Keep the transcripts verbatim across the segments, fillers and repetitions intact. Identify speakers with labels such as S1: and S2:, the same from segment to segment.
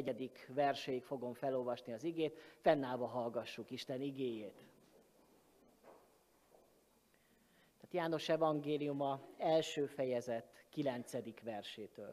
S1: negyedik verséig fogom felolvasni az igét, fennállva hallgassuk Isten igéjét. Tehát János evangéliuma első fejezet kilencedik versétől.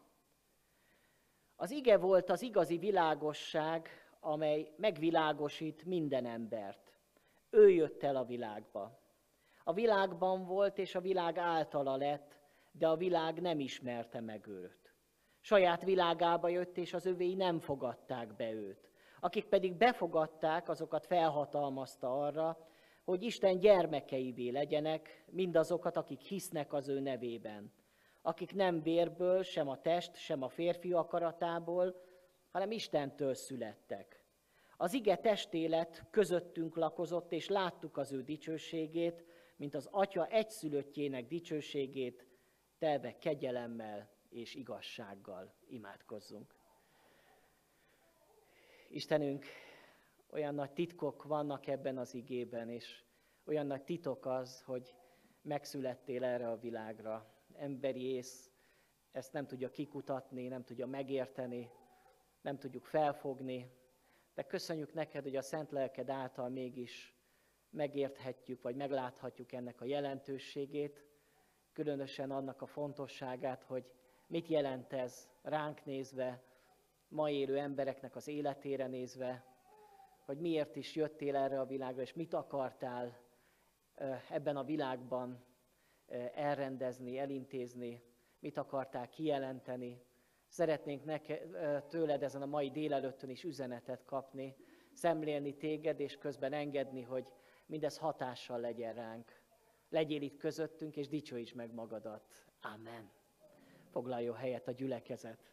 S1: Az ige volt az igazi világosság, amely megvilágosít minden embert. Ő jött el a világba. A világban volt, és a világ általa lett, de a világ nem ismerte meg őt. Saját világába jött, és az övéi nem fogadták be őt. Akik pedig befogadták, azokat felhatalmazta arra, hogy Isten gyermekeivé legyenek, mindazokat, akik hisznek az ő nevében. Akik nem vérből, sem a test, sem a férfi akaratából, hanem Istentől születtek. Az ige testélet közöttünk lakozott, és láttuk az ő dicsőségét, mint az Atya egyszülöttjének dicsőségét, telve kegyelemmel és igazsággal. Imádkozzunk. Istenünk, olyan nagy titkok vannak ebben az igében, és olyan nagy titok az, hogy megszülettél erre a világra. Emberi ész ezt nem tudja kikutatni, nem tudja megérteni, nem tudjuk felfogni, de köszönjük neked, hogy a szent lelked által mégis megérthetjük, vagy megláthatjuk ennek a jelentőségét, különösen annak a fontosságát, hogy mit jelent ez ránk nézve, ma élő embereknek az életére nézve, hogy miért is jöttél erre a világra, és mit akartál ebben a világban elrendezni, elintézni, mit akartál kijelenteni. Szeretnénk neke, tőled ezen a mai délelőttön is üzenetet kapni, szemlélni téged, és közben engedni, hogy mindez hatással legyen ránk. Legyél itt közöttünk, és dicsőítsd meg magadat. Amen. Foglaljon helyet a gyülekezet.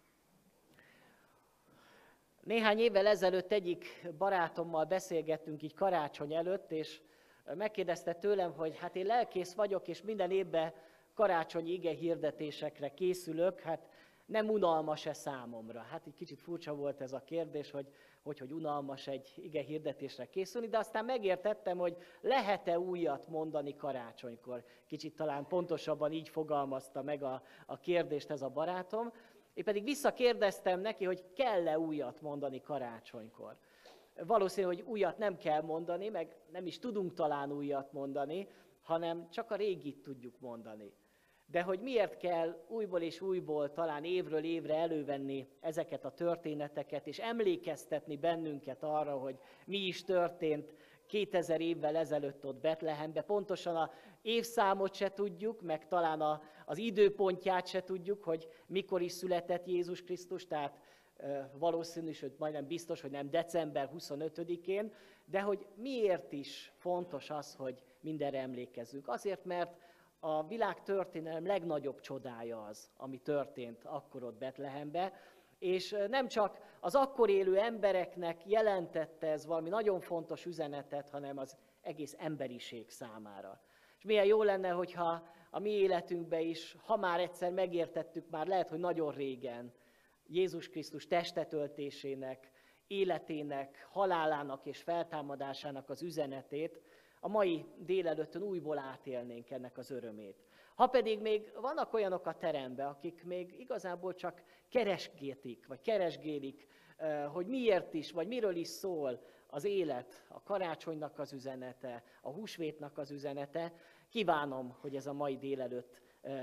S1: Néhány évvel ezelőtt egyik barátommal beszélgettünk így karácsony előtt, és megkérdezte tőlem, hogy hát én lelkész vagyok, és minden évben karácsonyi ige hirdetésekre készülök, hát nem unalmas-e számomra? Hát egy kicsit furcsa volt ez a kérdés, hogy hogy, hogy unalmas egy ige hirdetésre készülni, de aztán megértettem, hogy lehet-e újat mondani karácsonykor. Kicsit talán pontosabban így fogalmazta meg a, a kérdést ez a barátom. Én pedig visszakérdeztem neki, hogy kell-e újat mondani karácsonykor. Valószínű, hogy újat nem kell mondani, meg nem is tudunk talán újat mondani, hanem csak a régit tudjuk mondani. De hogy miért kell újból és újból talán évről évre elővenni ezeket a történeteket, és emlékeztetni bennünket arra, hogy mi is történt kétezer évvel ezelőtt ott Betlehembe. Pontosan a évszámot se tudjuk, meg talán a, az időpontját se tudjuk, hogy mikor is született Jézus Krisztus, tehát e, valószínű, hogy majdnem biztos, hogy nem december huszonötödikén, de hogy miért is fontos az, hogy mindenre emlékezzünk. Azért, mert a világ történelem legnagyobb csodája az, ami történt akkor ott Betlehembe, és nem csak az akkor élő embereknek jelentette ez valami nagyon fontos üzenetet, hanem az egész emberiség számára. És milyen jó lenne, hogyha a mi életünkben is, ha már egyszer megértettük, már lehet, hogy nagyon régen, Jézus Krisztus testetöltésének, életének, halálának és feltámadásának az üzenetét, a mai délelőttön újból átélnénk ennek az örömét. Ha pedig még vannak olyanok a teremben, akik még igazából csak keresgétik, vagy keresgélik, hogy miért is, vagy miről is szól az élet, a karácsonynak az üzenete, a húsvétnak az üzenete, kívánom, hogy ez a mai délelőtt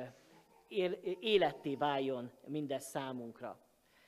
S1: életté váljon mindez számunkra.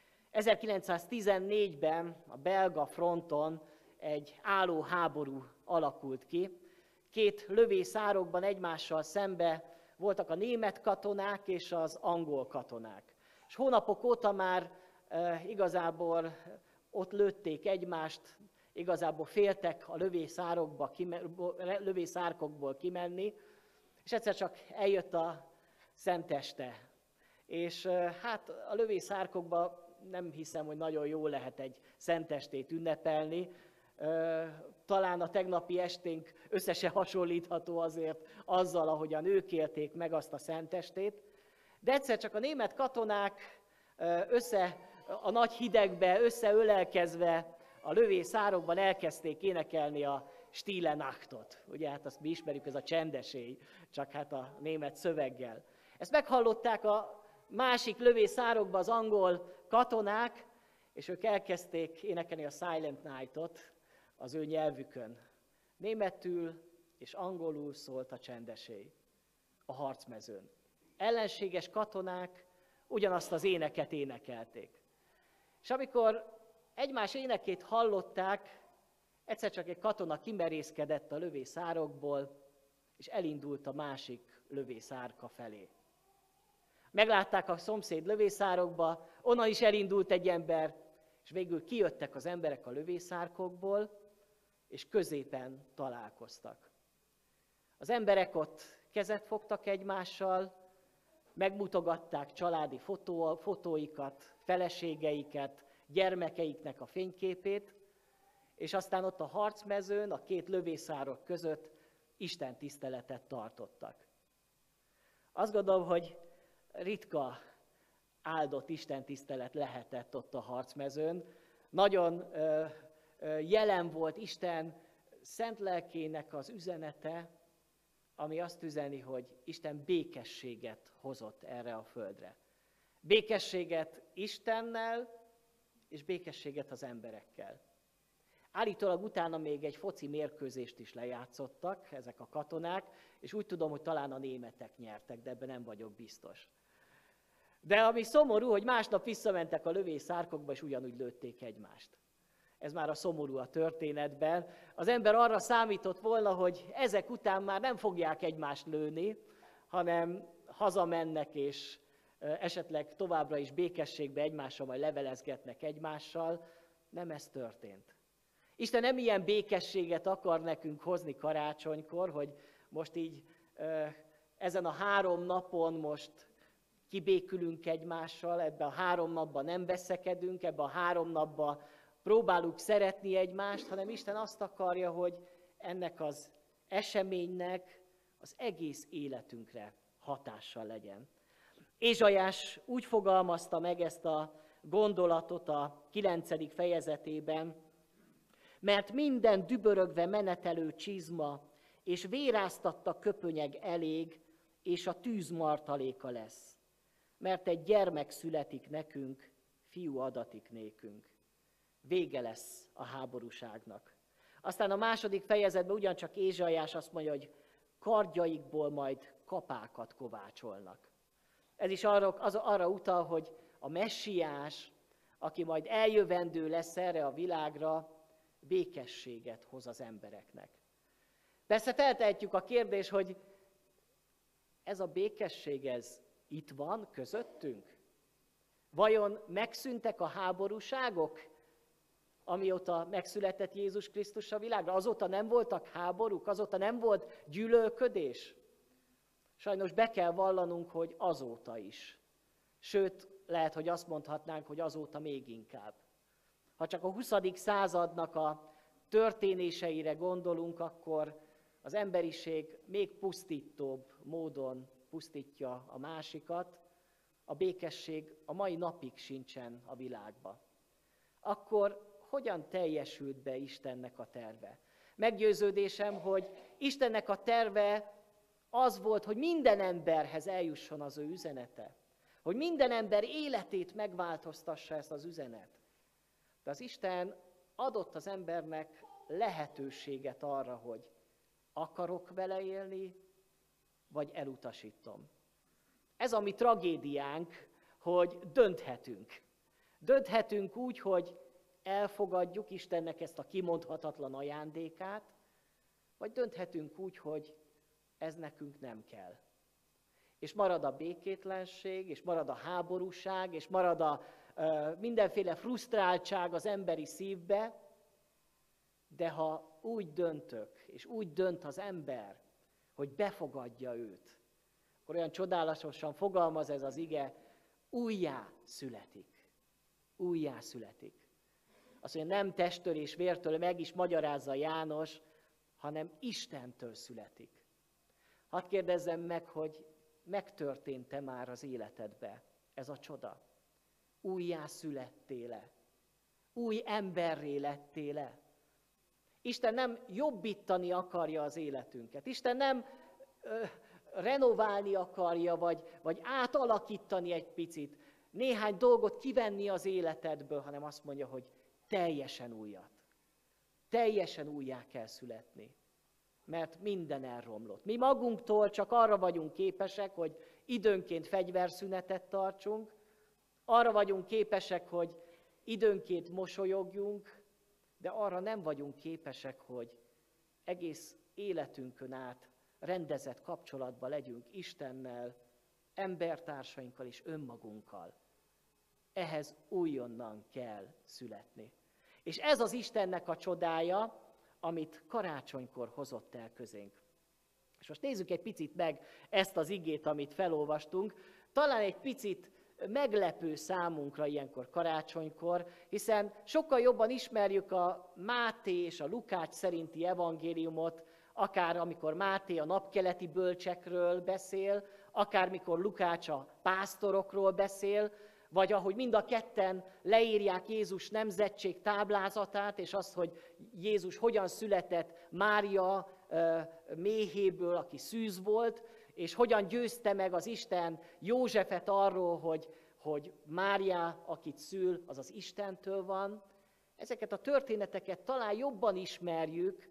S1: ezerkilencszáztizennégyben a belga fronton egy álló háború alakult ki. Két lövészárokban egymással szembe voltak a német katonák és az angol katonák. És hónapok óta már e, igazából ott lőtték egymást, igazából féltek a lövészárokba, kime, lövészárkokból kimenni, és egyszer csak eljött a szenteste. És e, hát a lövészárkokban nem hiszem, hogy nagyon jól lehet egy szentestét ünnepelni. Talán a tegnapi esténk össze se hasonlítható azért azzal, ahogyan ők élték meg azt a szentestét. De egyszer csak a német katonák össze, a nagy hidegbe összeölelkezve a lövészárokban elkezdték énekelni a Stille Nachtot. Ugye hát azt mi ismerjük, ez a csendesély, csak hát a német szöveggel. Ezt meghallották a másik lövészárokban az angol katonák, és ők elkezdték énekelni a Silent Night-ot az ő nyelvükön. Németül és angolul szólt a csendeség a harcmezőn. Ellenséges katonák ugyanazt az éneket énekelték. És amikor egymás énekét hallották, egyszer csak egy katona kimerészkedett a lövészárokból, és elindult a másik lövészárka felé. Meglátták a szomszéd lövészárokba, onnan is elindult egy ember, és végül kijöttek az emberek a lövészárkokból, és középen találkoztak. Az emberek ott kezet fogtak egymással, megmutogatták családi fotó, fotóikat, feleségeiket, gyermekeiknek a fényképét, és aztán ott a harcmezőn, a két lövészárok között Isten tiszteletet tartottak. Azt gondolom, hogy ritka áldott Isten tisztelet lehetett ott a harcmezőn. Nagyon ö, ö, jelen volt Isten szent lelkének az üzenete, ami azt üzeni, hogy Isten békességet hozott erre a földre. Békességet Istennel, és békességet az emberekkel. Állítólag utána még egy foci mérkőzést is lejátszottak ezek a katonák, és úgy tudom, hogy talán a németek nyertek, de ebben nem vagyok biztos. De ami szomorú, hogy másnap visszamentek a lövészárkokba, és ugyanúgy lőtték egymást. Ez már a szomorú a történetben. Az ember arra számított volna, hogy ezek után már nem fogják egymást lőni, hanem hazamennek, és esetleg továbbra is békességbe egymással, vagy levelezgetnek egymással. Nem ez történt. Isten nem ilyen békességet akar nekünk hozni karácsonykor, hogy most így ezen a három napon most kibékülünk egymással, ebben a három napban nem veszekedünk, ebben a három napban próbálunk szeretni egymást, hanem Isten azt akarja, hogy ennek az eseménynek az egész életünkre hatással legyen. Ézsaiás úgy fogalmazta meg ezt a gondolatot a kilencedik fejezetében, mert minden dübörögve menetelő csizma és véráztatta köpönyeg elég, és a tűz martaléka lesz. Mert egy gyermek születik nekünk, fiú adatik nékünk. Vége lesz a háborúságnak. Aztán a második fejezetben ugyancsak Ézsaiás azt mondja, hogy kardjaikból majd kapákat kovácsolnak. Ez is arra, az, arra utal, hogy a messiás, aki majd eljövendő lesz erre a világra, békességet hoz az embereknek. Persze feltehetjük a kérdést, hogy ez a békesség, ez itt van közöttünk? Vajon megszűntek a háborúságok, amióta megszületett Jézus Krisztus a világra? Azóta nem voltak háborúk, azóta nem volt gyűlölködés? Sajnos be kell vallanunk, hogy azóta is. Sőt, lehet, hogy azt mondhatnánk, hogy azóta még inkább. Ha csak a huszadik századnak a történéseire gondolunk, akkor az emberiség még pusztítóbb módon pusztítja a másikat, a békesség a mai napig sincsen a világban. Akkor hogyan teljesült be Istennek a terve? Meggyőződésem, hogy Istennek a terve az volt, hogy minden emberhez eljusson az ő üzenete. Hogy minden ember életét megváltoztassa ezt az üzenet. De az Isten adott az embernek lehetőséget arra, hogy akarok vele élni, vagy elutasítom. Ez a mi tragédiánk, hogy dönthetünk. Dönthetünk úgy, hogy elfogadjuk Istennek ezt a kimondhatatlan ajándékát, vagy dönthetünk úgy, hogy ez nekünk nem kell. És marad a békétlenség, és marad a háborúság, és marad a uh, mindenféle frusztráltság az emberi szívbe, de ha úgy döntök, és úgy dönt az ember, hogy befogadja őt, akkor olyan csodálatosan fogalmaz ez az ige, újjá születik. Újjá születik. Azt mondja, nem testtől és vértől, meg is magyarázza János, hanem Istentől születik. Hadd kérdezzem meg, hogy megtörtént-e már az életedbe ez a csoda? Újjá születtél-e? Új emberré lettél-e? Isten nem jobbítani akarja az életünket. Isten nem ö, renoválni akarja, vagy, vagy átalakítani egy picit. néhány dolgot kivenni az életedből, hanem azt mondja, hogy teljesen újat. Teljesen újjá kell születni, mert minden elromlott. Mi magunktól csak arra vagyunk képesek, hogy időnként fegyverszünetet tartsunk, arra vagyunk képesek, hogy időnként mosolyogjunk, de arra nem vagyunk képesek, hogy egész életünkön át rendezett kapcsolatban legyünk Istennel, embertársainkkal és önmagunkkal. Ehhez újonnan kell születni. És ez az Istennek a csodája, amit karácsonykor hozott el közénk. És most nézzük egy picit meg ezt az igét, amit felolvastunk. Talán egy picit meglepő számunkra ilyenkor karácsonykor, hiszen sokkal jobban ismerjük a Máté és a Lukács szerinti evangéliumot, akár amikor Máté a napkeleti bölcsekről beszél, akár mikor Lukács a pásztorokról beszél, vagy ahogy mind a ketten leírják Jézus nemzetség táblázatát, és azt, hogy Jézus hogyan született Mária méhéből, aki szűz volt, és hogyan győzte meg az Isten Józsefet arról, hogy, hogy Mária, akit szül, az az Istentől van. Ezeket a történeteket talán jobban ismerjük,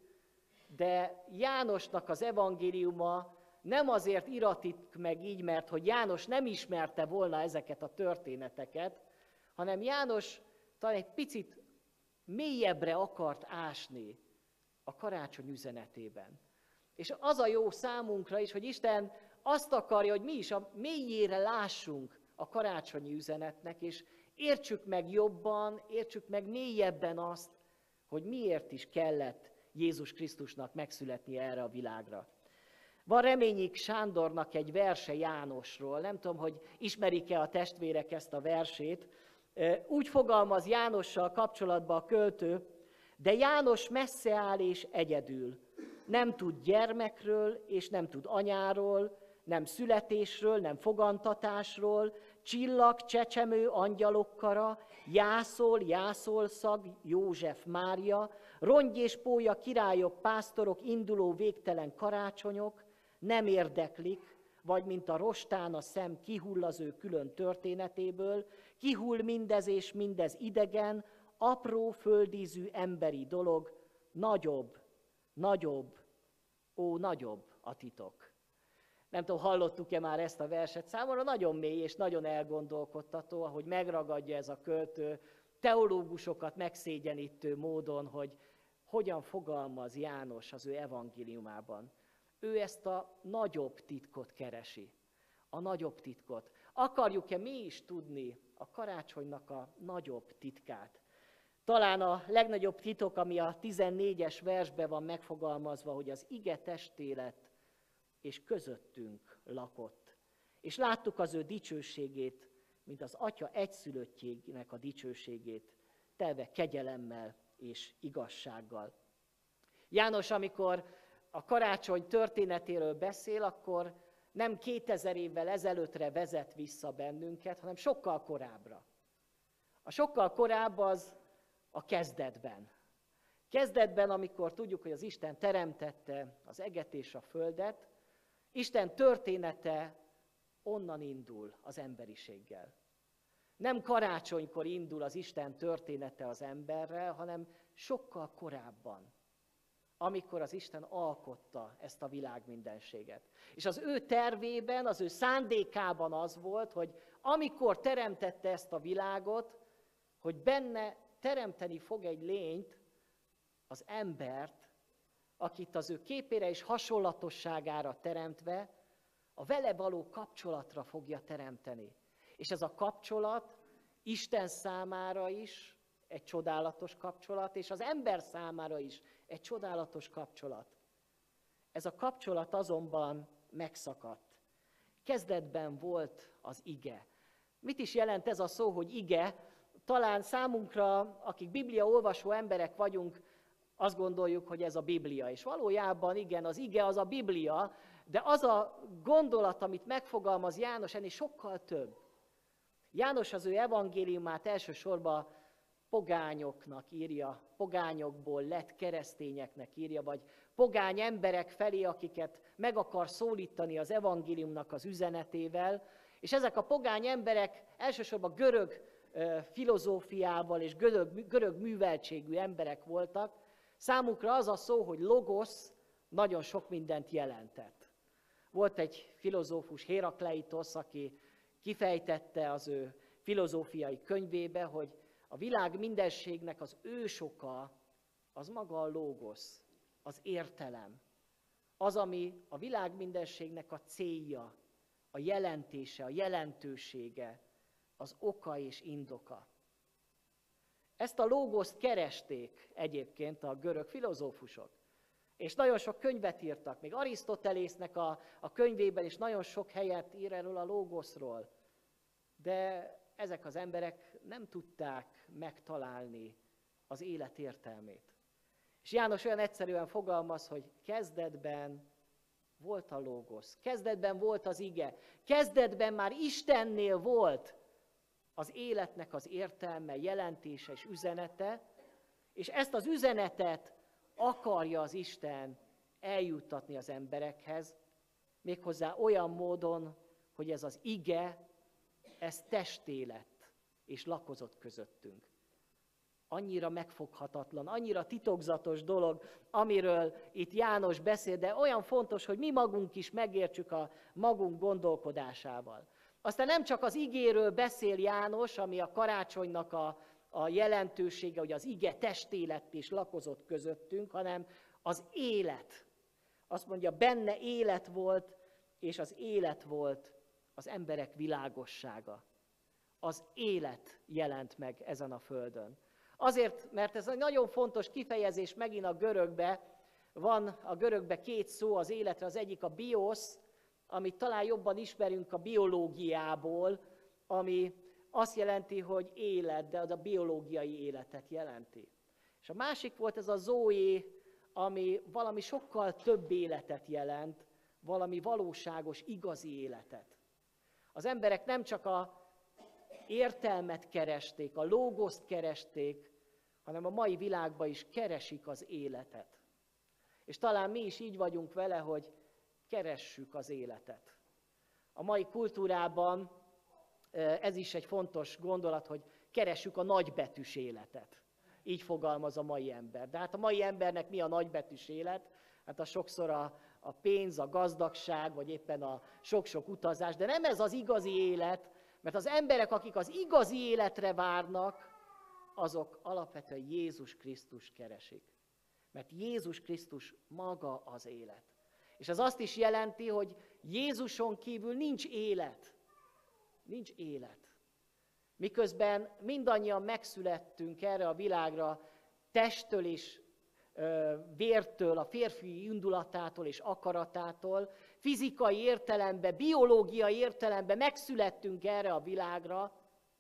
S1: de Jánosnak az evangéliuma nem azért iratik meg így, mert hogy János nem ismerte volna ezeket a történeteket, hanem János talán egy picit mélyebbre akart ásni a karácsony üzenetében. És az a jó számunkra is, hogy Isten azt akarja, hogy mi is a mélyére lássunk a karácsonyi üzenetnek, és értsük meg jobban, értsük meg mélyebben azt, hogy miért is kellett Jézus Krisztusnak megszületnie erre a világra. Van Reményik Sándornak egy verse Jánosról, nem tudom, hogy ismerik-e a testvérek ezt a versét. Úgy fogalmaz Jánossal kapcsolatban a költő, de János messze áll és egyedül. Nem tud gyermekről, és nem tud anyáról, nem születésről, nem fogantatásról, csillag, csecsemő, angyalok kara, jászol, jászolszag, József, Mária, rongy és pólya, királyok, pásztorok, induló végtelen karácsonyok, nem érdeklik, vagy mint a rostán a szem kihull az ő külön történetéből, kihull mindez és mindez idegen, apró földízű emberi dolog, nagyobb, nagyobb, ó, nagyobb a titok. Nem tudom, hallottuk-e már ezt a verset, számomra nagyon mély és nagyon elgondolkodtató, ahogy megragadja ez a költő, teológusokat megszégyenítő módon, hogy hogyan fogalmaz János az ő evangéliumában. Ő ezt a nagyobb titkot keresi, a nagyobb titkot. Akarjuk-e mi is tudni a karácsonynak a nagyobb titkát? Talán a legnagyobb titok, ami a tizennégyes versben van megfogalmazva, hogy az ige testé lett, és közöttünk lakott. És láttuk az ő dicsőségét, mint az Atya egyszülöttjének a dicsőségét, telve kegyelemmel és igazsággal. János, amikor a karácsony történetéről beszél, akkor nem kétezer évvel ezelőttre vezet vissza bennünket, hanem sokkal korábbra. A sokkal korább az a kezdetben. Kezdetben, amikor tudjuk, hogy az Isten teremtette az eget és a földet, Isten története onnan indul az emberiséggel. Nem karácsonykor indul az Isten története az emberrel, hanem sokkal korábban, amikor az Isten alkotta ezt a világ mindenséget. És az ő tervében, az ő szándékában az volt, hogy amikor teremtette ezt a világot, hogy benne teremteni fog egy lényt, az embert, akit az ő képére és hasonlatosságára teremtve, a vele való kapcsolatra fogja teremteni. És ez a kapcsolat Isten számára is egy csodálatos kapcsolat, és az ember számára is egy csodálatos kapcsolat. Ez a kapcsolat azonban megszakadt. Kezdetben volt az ige. Mit is jelent ez a szó, hogy ige? Talán számunkra, akik Biblia olvasó emberek vagyunk, azt gondoljuk, hogy ez a Biblia. És valójában igen, az ige az a Biblia, de az a gondolat, amit megfogalmaz János, ennél sokkal több. János az ő evangéliumát elsősorban pogányoknak írja, pogányokból lett keresztényeknek írja, vagy pogány emberek felé, akiket meg akar szólítani az evangéliumnak az üzenetével, És ezek a pogány emberek elsősorban görög filozófiával és görög, görög műveltségű emberek voltak. Számukra az a szó, hogy logosz, nagyon sok mindent jelentett. Volt egy filozófus, Hérakleitosz, aki kifejtette az ő filozófiai könyvébe, hogy a világ mindenségnek az ősoka az maga a logosz, az értelem. Az, ami a világ mindenségnek a célja, a jelentése, a jelentősége, az oka és indoka. Ezt a logoszt keresték egyébként a görög filozófusok, és nagyon sok könyvet írtak, még Arisztotelésznek a, a könyvében is nagyon sok helyet ír erről a logoszról, de ezek az emberek nem tudták megtalálni az élet értelmét. És János olyan egyszerűen fogalmaz, hogy kezdetben volt a logosz, kezdetben volt az ige, kezdetben már Istennél volt az életnek az értelme, jelentése és üzenete, és ezt az üzenetet akarja az Isten eljuttatni az emberekhez, méghozzá olyan módon, hogy ez az ige, ez testé lett és lakozott közöttünk. Annyira megfoghatatlan, annyira titokzatos dolog, amiről itt János beszél, de olyan fontos, hogy mi magunk is megértsük a magunk gondolkodásával. Aztán nem csak az igéről beszél János, ami a karácsonynak a, a jelentősége, hogy az ige testé lett és lakozott közöttünk, hanem az élet. Azt mondja, benne élet volt, és az élet volt az emberek világossága. Az élet jelent meg ezen a földön. Azért, mert ez egy nagyon fontos kifejezés megint a görögbe, van a görögbe két szó az életre, az egyik a biosz, amit talán jobban ismerünk a biológiából, ami azt jelenti, hogy élet, de az a biológiai életet jelenti. És a másik volt ez a zoé, ami valami sokkal több életet jelent, valami valóságos, igazi életet. Az emberek nem csak a értelmet keresték, a logoszt keresték, hanem a mai világban is keresik az életet. És talán mi is így vagyunk vele, hogy keressük az életet. A mai kultúrában ez is egy fontos gondolat, hogy keressük a nagybetűs életet. Így fogalmaz a mai ember. De hát a mai embernek mi a nagybetűs élet? Hát az sokszor a, a pénz, a gazdagság, vagy éppen a sok-sok utazás. De nem ez az igazi élet, mert az emberek, akik az igazi életre várnak, azok alapvetően Jézus Krisztus keresik. Mert Jézus Krisztus maga az élet. És ez azt is jelenti, hogy Jézuson kívül nincs élet. Nincs élet. Miközben mindannyian megszülettünk erre a világra testtől és ö, vértől, a férfi indulatától és akaratától, fizikai értelemben, biológiai értelemben megszülettünk erre a világra,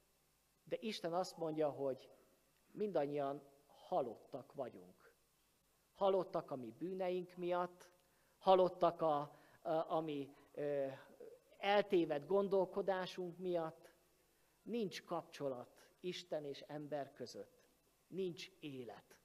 S1: de Isten azt mondja, hogy mindannyian halottak vagyunk. Halottak a mi bűneink miatt, halottak a, a, a mi ö, eltévedt gondolkodásunk miatt. Nincs kapcsolat Isten és ember között. Nincs élet.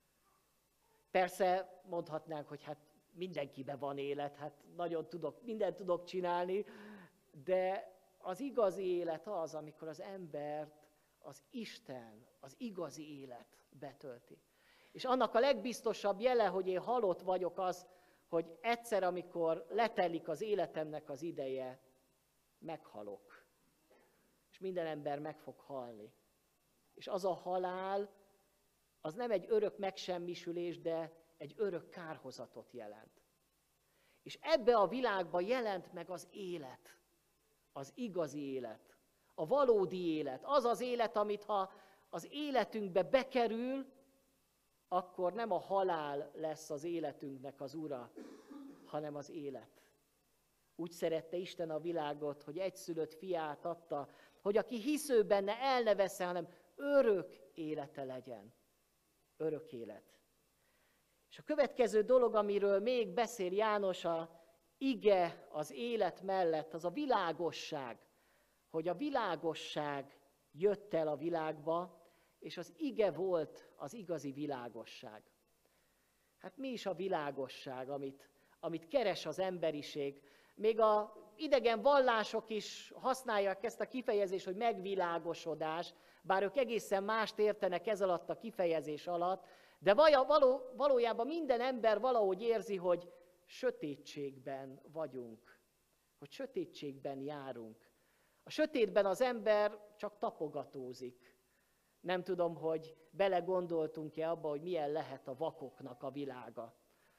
S1: Persze mondhatnánk, hogy hát mindenkiben van élet, hát nagyon tudok, mindent tudok csinálni, de az igazi élet az, amikor az embert az Isten, az igazi élet betölti. És annak a legbiztosabb jele, hogy én halott vagyok, az, hogy egyszer, amikor letelik az életemnek az ideje, meghalok. És minden ember meg fog halni. És az a halál, az nem egy örök megsemmisülés, de egy örök kárhozatot jelent. És ebbe a világba jelent meg az élet, az igazi élet, a valódi élet. Az az élet, amit ha az életünkbe bekerül, akkor nem a halál lesz az életünknek az ura, hanem az élet. Úgy szerette Isten a világot, hogy egyszülött fiát adta, hogy aki hisző benne, el ne vesszen, hanem örök élete legyen. Örök élet. És a következő dolog, amiről még beszél János, a ige az élet mellett, az a világosság, hogy a világosság jött el a világba, és az ige volt az igazi világosság. Hát mi is a világosság, amit, amit keres az emberiség? Még az idegen vallások is használják ezt a kifejezést, hogy megvilágosodás, bár ők egészen mást értenek ez alatt a kifejezés alatt, de való, valójában minden ember valahogy érzi, hogy sötétségben vagyunk, hogy sötétségben járunk. A sötétben az ember csak tapogatózik. Nem tudom, hogy belegondoltunk-e abba, hogy milyen lehet a vakoknak a világa.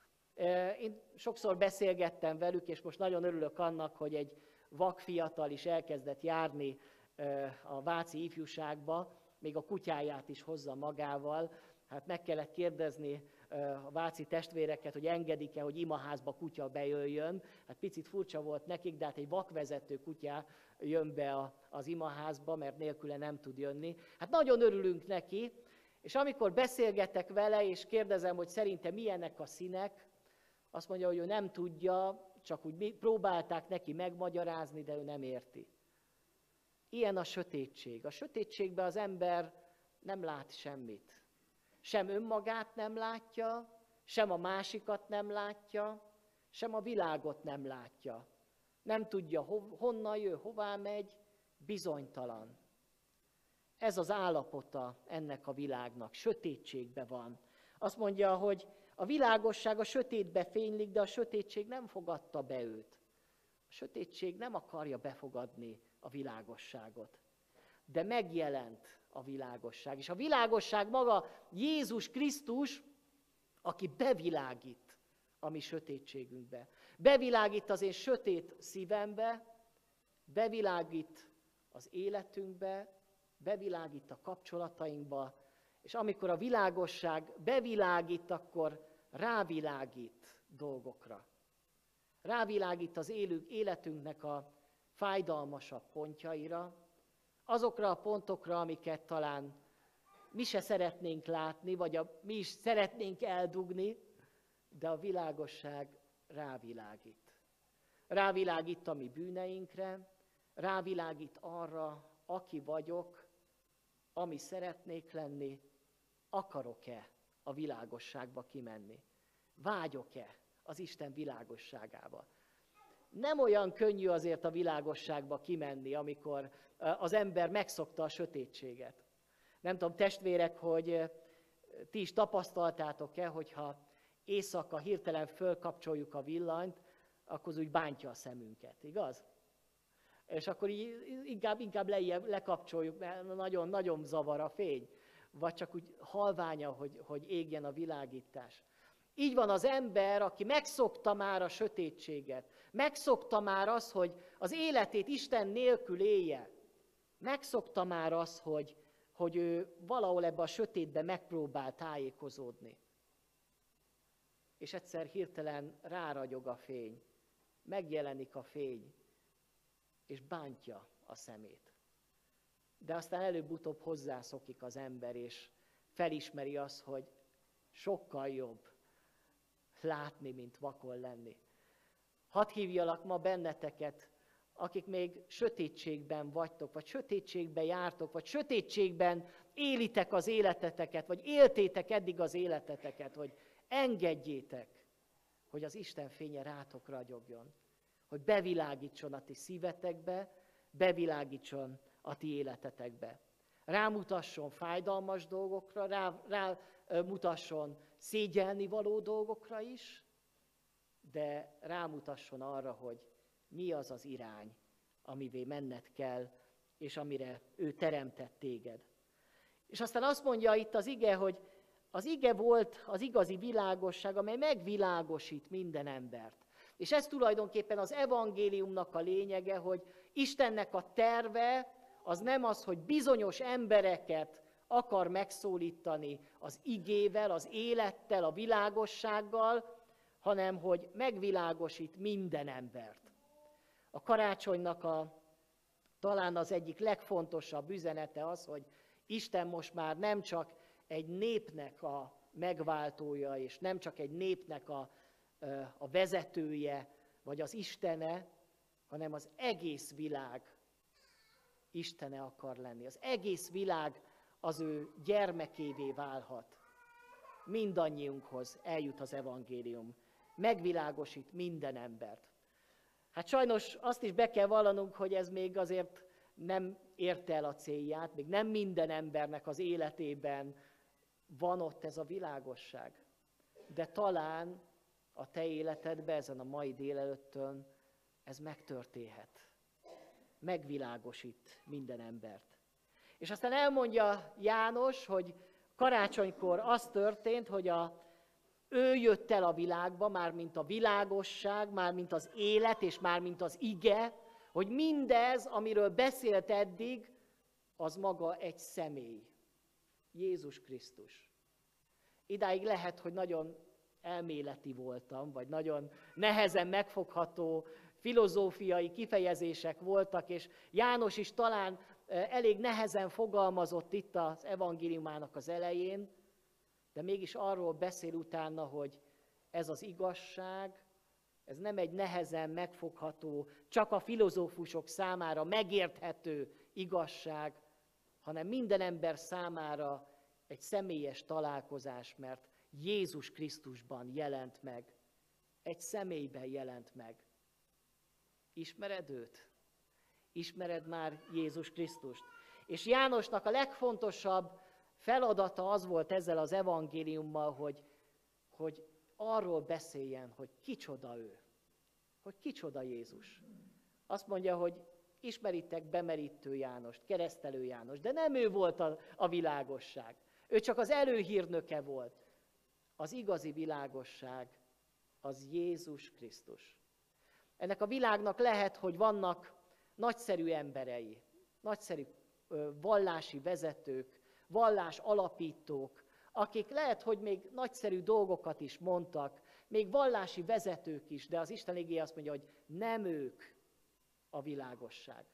S1: Én sokszor beszélgettem velük, és most nagyon örülök annak, hogy egy vak fiatal is elkezdett járni a váci ifjúságba, még a kutyáját is hozza magával. Hát meg kellett kérdezni a váci testvéreket, hogy engedik-e, hogy imaházba kutya bejöjjön. Hát picit furcsa volt nekik, de hát egy vakvezető kutya jön be az imaházba, mert nélküle nem tud jönni. Hát nagyon örülünk neki, és amikor beszélgetek vele, és kérdezem, hogy szerintem milyenek a színek, azt mondja, hogy ő nem tudja, csak úgy próbálták neki megmagyarázni, de ő nem érti. Ilyen a sötétség. A sötétségben az ember nem lát semmit. Sem önmagát nem látja, sem a másikat nem látja, sem a világot nem látja. Nem tudja, honnan jön, hová megy, bizonytalan. Ez az állapota ennek a világnak, sötétségben van. Azt mondja, hogy a világosság a sötétbe fénylik, de a sötétség nem fogadta be őt. A sötétség nem akarja befogadni a világosságot. De megjelent a világosság. És a világosság maga Jézus Krisztus, aki bevilágít a mi sötétségünkbe. Bevilágít az én sötét szívembe, bevilágít az életünkbe, bevilágít a kapcsolatainkba, és amikor a világosság bevilágít, akkor rávilágít dolgokra. Rávilágít az élő, életünknek a fájdalmasabb pontjaira, azokra a pontokra, amiket talán mi se szeretnénk látni, vagy a, mi is szeretnénk eldugni, de a világosság rávilágít. Rávilágít a mi bűneinkre, rávilágít arra, aki vagyok, ami szeretnék lenni, akarok-e a világosságba kimenni? Vágyok-e az Isten világosságába? Nem olyan könnyű azért a világosságba kimenni, amikor az ember megszokta a sötétséget. Nem tudom, testvérek, hogy ti is tapasztaltátok-e, hogyha éjszaka hirtelen fölkapcsoljuk a villanyt, akkor az úgy bántja a szemünket, igaz? És akkor így inkább, inkább le, lekapcsoljuk, mert nagyon-nagyon zavar a fény. Vagy csak úgy halványa, hogy, hogy égjen a világítás. Így van az ember, aki megszokta már a sötétséget. Megszokta már az, hogy az életét Isten nélkül élje. Megszokta már az, hogy, hogy ő valahol ebbe a sötétbe megpróbál tájékozódni. És egyszer hirtelen ráragyog a fény. Megjelenik a fény. És bántja a szemét. De aztán előbb-utóbb hozzászokik az ember, és felismeri azt, hogy sokkal jobb látni, mint vakon lenni. Hadd hívjalak ma benneteket, akik még sötétségben vagytok, vagy sötétségben jártok, vagy sötétségben élitek az életeteket, vagy éltétek eddig az életeteket, hogy engedjétek, hogy az Isten fénye rátok ragyogjon. Hogy bevilágítson a ti szívetekbe, bevilágítson a ti életetekbe. Rámutasson fájdalmas dolgokra, rá, rámutasson szégyelni való dolgokra is, de rámutasson arra, hogy mi az az irány, amivé menned kell, és amire ő teremtett téged. És aztán azt mondja itt az ige, hogy az ige volt az igazi világosság, amely megvilágosít minden embert. És ez tulajdonképpen az evangéliumnak a lényege, hogy Istennek a terve az nem az, hogy bizonyos embereket akar megszólítani az igével, az élettel, a világossággal, hanem hogy megvilágosít minden embert. A karácsonynak a, talán az egyik legfontosabb üzenete az, hogy Isten most már nem csak egy népnek a megváltója, és nem csak egy népnek a a vezetője, vagy az Istene, hanem az egész világ Istene akar lenni. Az egész világ az ő gyermekévé válhat. Mindannyiunkhoz eljut az evangélium. Megvilágosít minden embert. Hát sajnos azt is be kell vallanunk, hogy ez még azért nem érte el a célját, még nem minden embernek az életében van ott ez a világosság. De talán a te életedben ezen a mai délelőttön ez megtörténhet. Megvilágosít minden embert. És aztán elmondja János, hogy karácsonykor az történt, hogy a, ő jött el a világba, mármint a világosság, mármint az élet, és mármint az ige, hogy mindez, amiről beszélt eddig, az maga egy személy. Jézus Krisztus. Idáig lehet, hogy nagyon elméleti voltam, vagy nagyon nehezen megfogható filozófiai kifejezések voltak, és János is talán elég nehezen fogalmazott itt az evangéliumának az elején, de mégis arról beszél utána, hogy ez az igazság, ez nem egy nehezen megfogható, csak a filozófusok számára megérthető igazság, hanem minden ember számára egy személyes találkozás, mert Jézus Krisztusban jelent meg, egy személyben jelent meg. Ismered őt? Ismered már Jézus Krisztust? És Jánosnak a legfontosabb feladata az volt ezzel az evangéliummal, hogy, hogy arról beszéljen, hogy kicsoda ő, hogy kicsoda Jézus. Azt mondja, hogy ismeritek bemerítő Jánost, keresztelő János, de nem ő volt a, a világosság. Ő csak az előhírnöke volt. Az igazi világosság az Jézus Krisztus. Ennek a világnak lehet, hogy vannak nagyszerű emberei, nagyszerű ö, vallási vezetők, vallás alapítók, akik lehet, hogy még nagyszerű dolgokat is mondtak, még vallási vezetők is, de az Isten igéje azt mondja, hogy nem ők a világosság.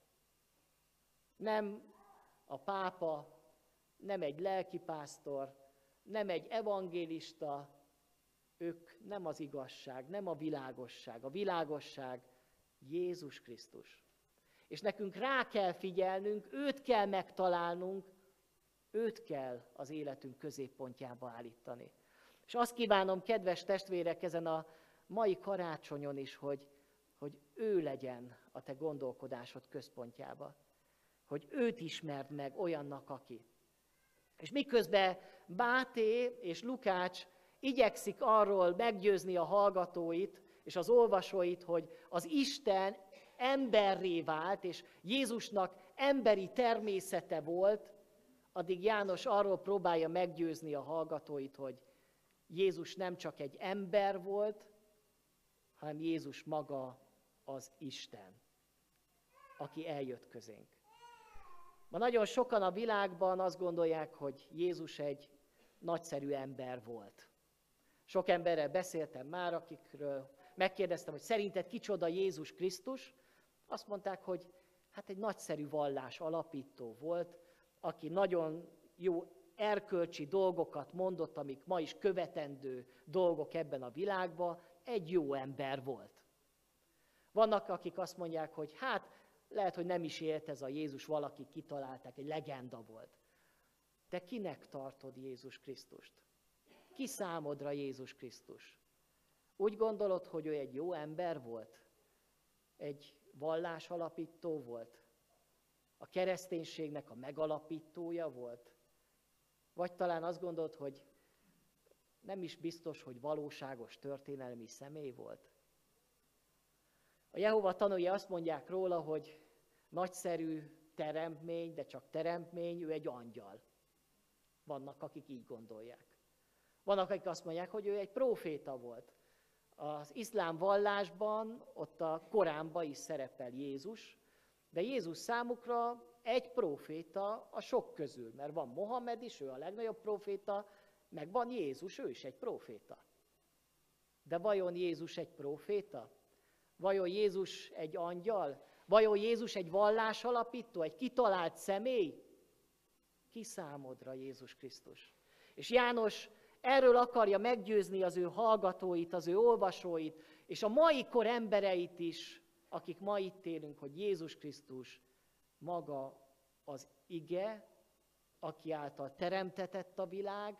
S1: Nem a pápa, nem egy lelkipásztor, nem egy evangélista, ők nem az igazság, nem a világosság. A világosság Jézus Krisztus. És nekünk rá kell figyelnünk, őt kell megtalálnunk, őt kell az életünk középpontjába állítani. És azt kívánom, kedves testvérek, ezen a mai karácsonyon is, hogy, hogy ő legyen a te gondolkodásod központjába. Hogy őt ismerd meg olyannak, aki. És miközben Máté és Lukács igyekszik arról meggyőzni a hallgatóit és az olvasóit, hogy az Isten emberré vált, és Jézusnak emberi természete volt, addig János arról próbálja meggyőzni a hallgatóit, hogy Jézus nem csak egy ember volt, hanem Jézus maga az Isten, aki eljött közénk. Ma nagyon sokan a világban azt gondolják, hogy Jézus egy nagyszerű ember volt. Sok emberrel beszéltem már, akikről megkérdeztem, hogy szerinted kicsoda Jézus Krisztus? Azt mondták, hogy hát egy nagyszerű vallás alapító volt, aki nagyon jó erkölcsi dolgokat mondott, amik ma is követendő dolgok ebben a világban, egy jó ember volt. Vannak, akik azt mondják, hogy hát lehet, hogy nem is élt ez a Jézus, valaki kitalálták, egy legenda volt. Te kinek tartod Jézus Krisztust? Ki számodra Jézus Krisztus? Úgy gondolod, hogy ő egy jó ember volt? Egy vallás alapító volt? A kereszténységnek a megalapítója volt? Vagy talán azt gondolod, hogy nem is biztos, hogy valóságos történelmi személy volt? A Jehova tanúi azt mondják róla, hogy nagyszerű teremtmény, de csak teremtmény, ő egy angyal. Vannak, akik így gondolják. Vannak, akik azt mondják, hogy ő egy próféta volt. Az iszlám vallásban, ott a Koránban is szerepel Jézus, de Jézus számukra egy próféta a sok közül, mert van Mohamed is, ő a legnagyobb próféta, meg van Jézus, ő is egy próféta. De vajon Jézus egy próféta? Vajon Jézus egy angyal? Vajon Jézus egy vallásalapító, egy kitalált személy? Ki számodra Jézus Krisztus? És János erről akarja meggyőzni az ő hallgatóit, az ő olvasóit, és a mai kor embereit is, akik ma itt élünk, hogy Jézus Krisztus maga az ige, aki által teremtetett a világ,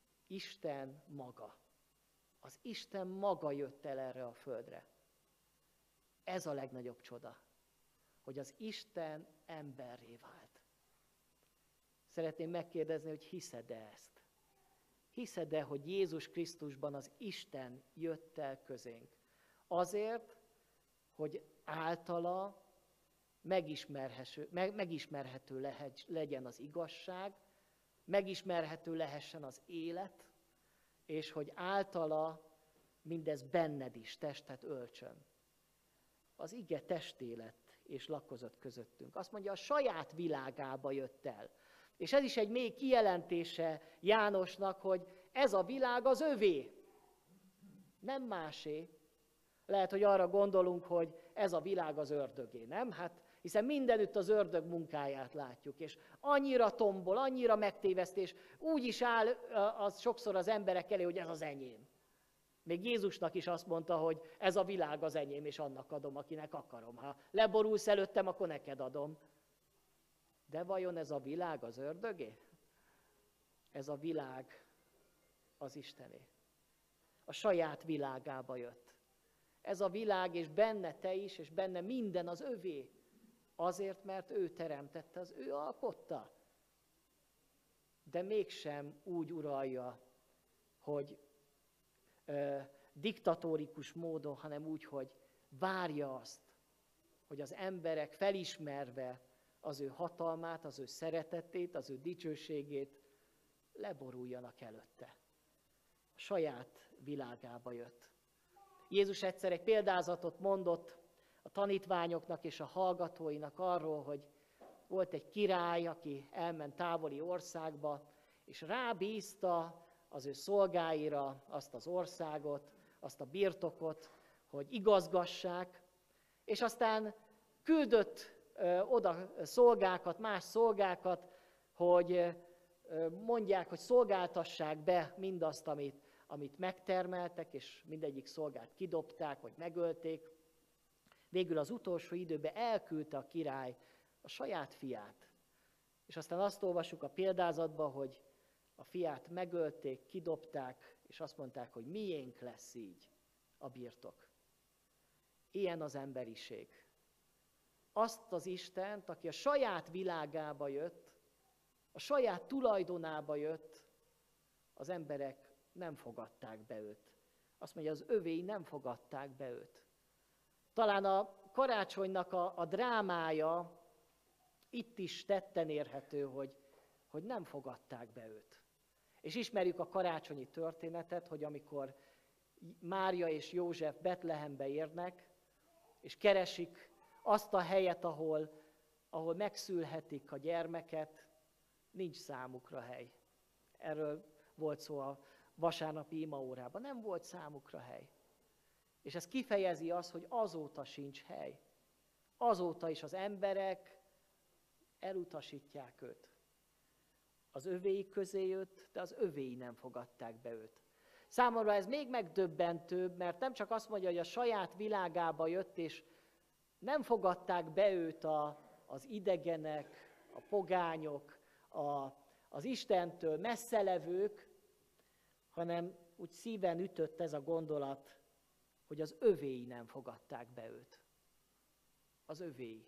S1: Isten maga. Az Isten maga jött el erre a földre. Ez a legnagyobb csoda, hogy az Isten emberré vált. Szeretném megkérdezni, hogy hiszed-e ezt? Hiszed-e, hogy Jézus Krisztusban az Isten jött el közénk? Azért, hogy általa megismerhető, meg, megismerhető lehet, legyen az igazság, megismerhető lehessen az élet, és hogy általa mindez benned is testet öltsön. Az ige testé lett és lakozott közöttünk. Azt mondja, a saját világába jött el. És ez is egy mély kijelentése Jánosnak, hogy ez a világ az övé, nem másé. Lehet, hogy arra gondolunk, hogy ez a világ az ördögé, nem? Hát hiszen mindenütt az ördög munkáját látjuk, és annyira tombol, annyira megtévesztés, úgy is áll az sokszor az emberek elé, hogy ez az enyém. Még Jézusnak is azt mondta, hogy ez a világ az enyém, és annak adom, akinek akarom. Ha leborulsz előttem, akkor neked adom. De vajon ez a világ az ördögé? Ez a világ az Istené. A saját világába jött. Ez a világ, és benne te is, és benne minden az övé. Azért, mert ő teremtette, az ő alkotta. De mégsem úgy uralja, hogy ö, diktatórikus módon, hanem úgy, hogy várja azt, hogy az emberek felismerve az ő hatalmát, az ő szeretetét, az ő dicsőségét leboruljanak előtte. A saját világába jött. Jézus egyszer egy példázatot mondott a tanítványoknak és a hallgatóinak arról, hogy volt egy király, aki elment távoli országba, és rábízta az ő szolgáira azt az országot, azt a birtokot, hogy igazgassák, és aztán küldött ö, oda szolgákat, más szolgákat, hogy ö, mondják, hogy szolgáltassák be mindazt, amit, amit megtermeltek, és mindegyik szolgát kidobták, vagy megölték. Végül az utolsó időben elküldte a király a saját fiát. És aztán azt olvassuk a példázatban, hogy a fiát megölték, kidobták, és azt mondták, hogy miénk lesz így a birtok. Ilyen az emberiség. Azt az Istent, aki a saját világába jött, a saját tulajdonába jött, az emberek nem fogadták be őt. Azt mondja, az övéi nem fogadták be őt. Talán a karácsonynak a, a drámája itt is tetten érhető, hogy, hogy nem fogadták be őt. És ismerjük a karácsonyi történetet, hogy amikor Mária és József Betlehembe érnek, és keresik azt a helyet, ahol, ahol megszülhetik a gyermeket, nincs számukra hely. Erről volt szó a vasárnapi imaórában. Nem volt számukra hely. És ez kifejezi azt, hogy azóta sincs hely. Azóta is az emberek elutasítják őt. Az övéi közé jött, de az övéi nem fogadták be őt. Számomra ez még megdöbbentőbb, mert nem csak azt mondja, hogy a saját világába jött, és nem fogadták be őt a, az idegenek, a pogányok, a, az Istentől messzelevők, hanem úgy szíven ütött ez a gondolat, hogy az övéi nem fogadták be őt. Az övéi.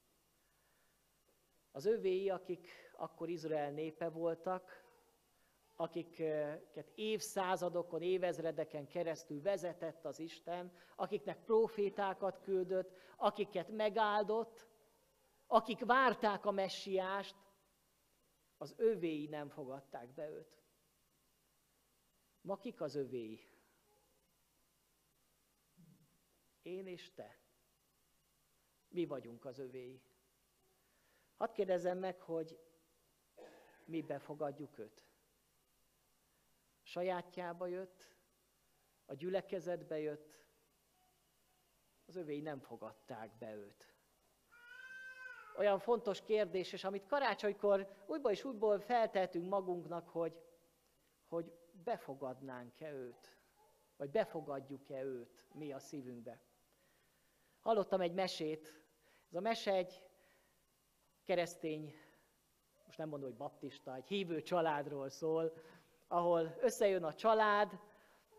S1: Az övéi, akik akkor Izrael népe voltak, akiket évszázadokon, évezredeken keresztül vezetett az Isten, akiknek prófétákat küldött, akiket megáldott, akik várták a messiást, az övéi nem fogadták be őt. Ma kik az övéi? Én és te. Mi vagyunk az övéi. Hadd kérdezzem meg, hogy mi befogadjuk őt. Sajátjába jött, a gyülekezetbe jött, az övéi nem fogadták be őt. Olyan fontos kérdés, és amit karácsonykor újból és újból feltehetünk magunknak, hogy, hogy befogadnánk-e őt, vagy befogadjuk-e őt mi a szívünkbe. Hallottam egy mesét, ez a mese egy keresztény, most nem mondom, hogy baptista, egy hívő családról szól, ahol összejön a család,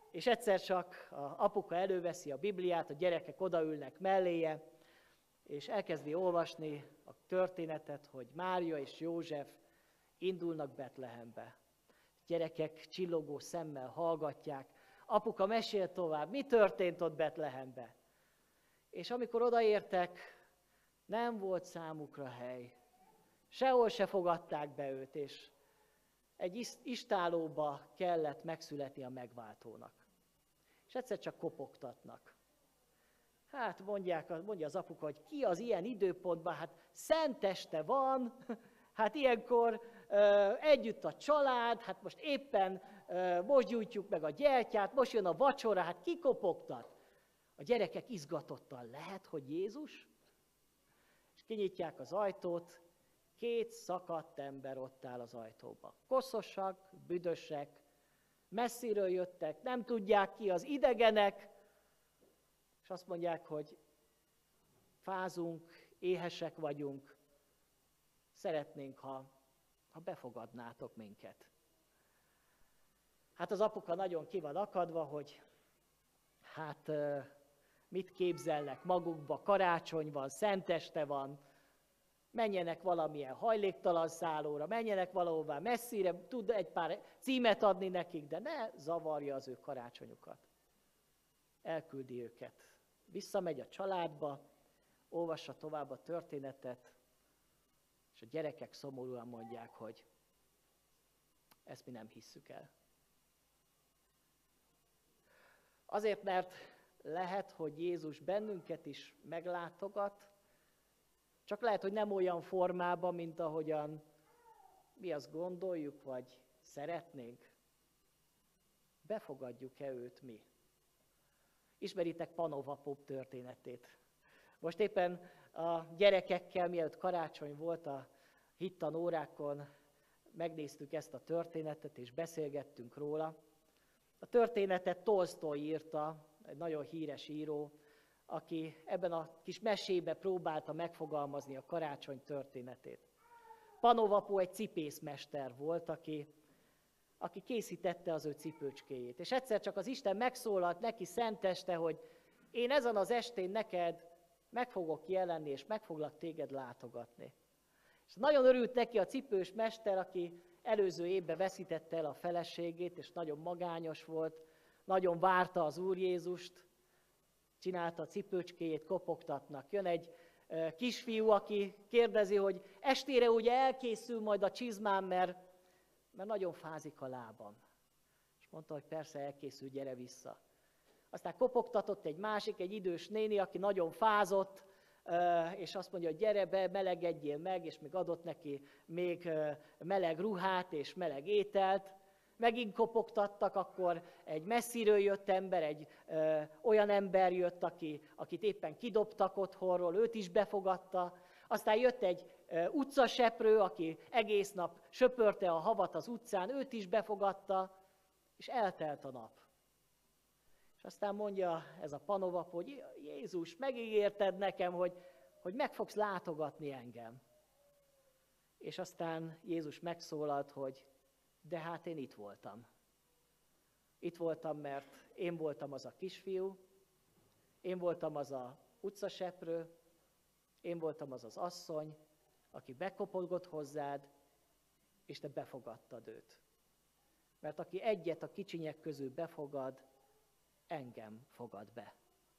S1: és egyszer csak a apuka előveszi a Bibliát, a gyerekek odaülnek melléje, és elkezdi olvasni a történetet, hogy Mária és József indulnak Betlehembe. Gyerekek csillogó szemmel hallgatják. Apuka mesél tovább, mi történt ott Betlehembe. És amikor odaértek, nem volt számukra hely. Sehol se fogadták be őt, és egy istállóba kellett megszületni a megváltónak. És egyszer csak kopogtatnak. Hát mondják, mondja az apuka, hogy ki az ilyen időpontban, hát szenteste van, hát ilyenkor ö, együtt a család, hát most éppen ö, most gyújtjuk meg a gyertyát, most jön a vacsora, hát ki kopogtat? A gyerekek izgatottan, lehet, hogy Jézus? És kinyitják az ajtót, két szakadt ember ott áll az ajtóba. Koszosak, büdösek, messziről jöttek, nem tudják ki az idegenek, és azt mondják, hogy fázunk, éhesek vagyunk, szeretnénk, ha, ha befogadnátok minket. Hát az apuka nagyon ki van akadva, hogy hát mit képzelnek magukba, karácsony van, szenteste van, menjenek valamilyen hajléktalan szállóra, menjenek valahová messzire, tud egy pár címet adni nekik, de ne zavarja az ő karácsonyukat. Elküldi őket. Visszamegy a családba, olvassa tovább a történetet, és a gyerekek szomorúan mondják, hogy ezt mi nem hisszük el. Azért, mert lehet, hogy Jézus bennünket is meglátogat, csak lehet, hogy nem olyan formában, mint ahogyan mi azt gondoljuk, vagy szeretnénk. Befogadjuk-e őt mi? Ismeritek Panova Pop történetét. Most éppen a gyerekekkel, mielőtt karácsony volt, a hittan órákon megnéztük ezt a történetet, és beszélgettünk róla. A történetet Tolsztoj írta, egy nagyon híres író, aki ebben a kis mesébe próbálta megfogalmazni a karácsony történetét. Panovapó egy cipészmester volt, aki, aki készítette az ő cipőcskéjét. És egyszer csak az Isten megszólalt neki szenteste, hogy én ezen az estén neked meg fogok jelenni, és meg foglak téged látogatni. És nagyon örült neki a cipős mester, aki előző évben veszítette el a feleségét, és nagyon magányos volt, nagyon várta az Úr Jézust, csinálta a cipőcskéjét, kopogtatnak. Jön egy uh, kisfiú, aki kérdezi, hogy estére ugye elkészül majd a csizmám, mert, mert nagyon fázik a lábam. És mondta, hogy persze elkészül, gyere vissza. Aztán kopogtatott egy másik, egy idős néni, aki nagyon fázott, uh, és azt mondja, hogy gyere be, melegedjél meg, és még adott neki még uh, meleg ruhát és meleg ételt. Megint kopogtattak, akkor egy messziről jött ember, egy ö, olyan ember jött, aki, akit éppen kidobtak otthonról, őt is befogadta. Aztán jött egy ö, utcaseprő, aki egész nap söpörte a havat az utcán, őt is befogadta, és eltelt a nap. És aztán mondja ez a Panovapó, hogy Jézus, megígérted nekem, hogy, hogy meg fogsz látogatni engem. És aztán Jézus megszólalt, hogy de hát én itt voltam. Itt voltam, mert én voltam az a kisfiú, én voltam az a utcaseprő, én voltam az az asszony, aki bekopogott hozzád, és te befogadtad őt. Mert aki egyet a kicsinyek közül befogad, engem fogad be.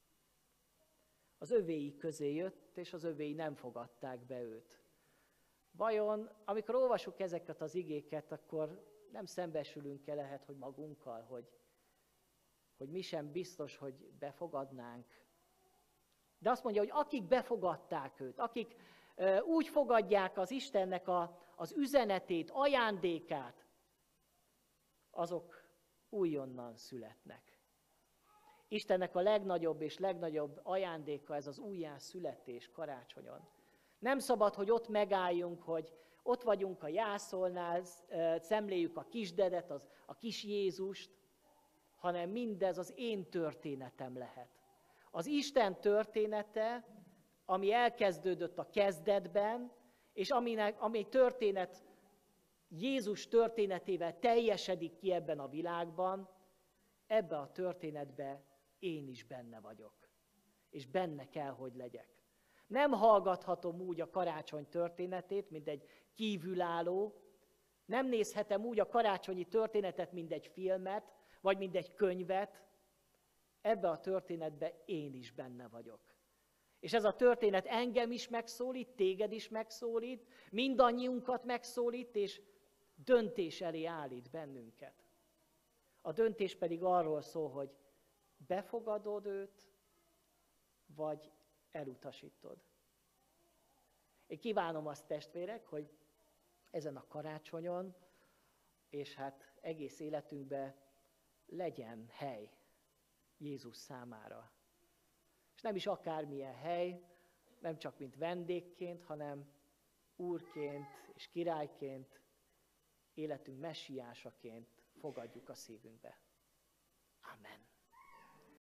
S1: Az övéi közé jött, és az övéi nem fogadták be őt. Vajon, amikor olvasjuk ezeket az igéket, akkor nem szembesülünk-e lehet, hogy magunkkal, hogy, hogy mi sem biztos, hogy befogadnánk. De azt mondja, hogy akik befogadták őt, akik uh, úgy fogadják az Istennek a, az üzenetét, ajándékát, azok újonnan születnek. Istennek a legnagyobb és legnagyobb ajándéka ez az újjászületés karácsonyon. Nem szabad, hogy ott megálljunk, hogy ott vagyunk a jászolnál, szemléljük a kisdedet, az, a kis Jézust, hanem mindez az én történetem lehet. Az Isten története, ami elkezdődött a kezdetben, és aminek, ami történet Jézus történetével teljesedik ki ebben a világban, ebbe a történetbe én is benne vagyok. És benne kell, hogy legyek. Nem hallgathatom úgy a karácsony történetét, mint egy kívülálló, nem nézhetem úgy a karácsonyi történetet, mint egy filmet, vagy mint egy könyvet. Ebbe a történetbe én is benne vagyok. És ez a történet engem is megszólít, téged is megszólít, mindannyiunkat megszólít, és döntés elé állít bennünket. A döntés pedig arról szól, hogy befogadod őt, vagy elutasítod. Én kívánom azt, testvérek, hogy ezen a karácsonyon, és hát egész életünkben legyen hely Jézus számára. És nem is akármilyen hely, nem csak mint vendégként, hanem úrként és királyként, életünk messiásaként fogadjuk a szívünkbe. Amen.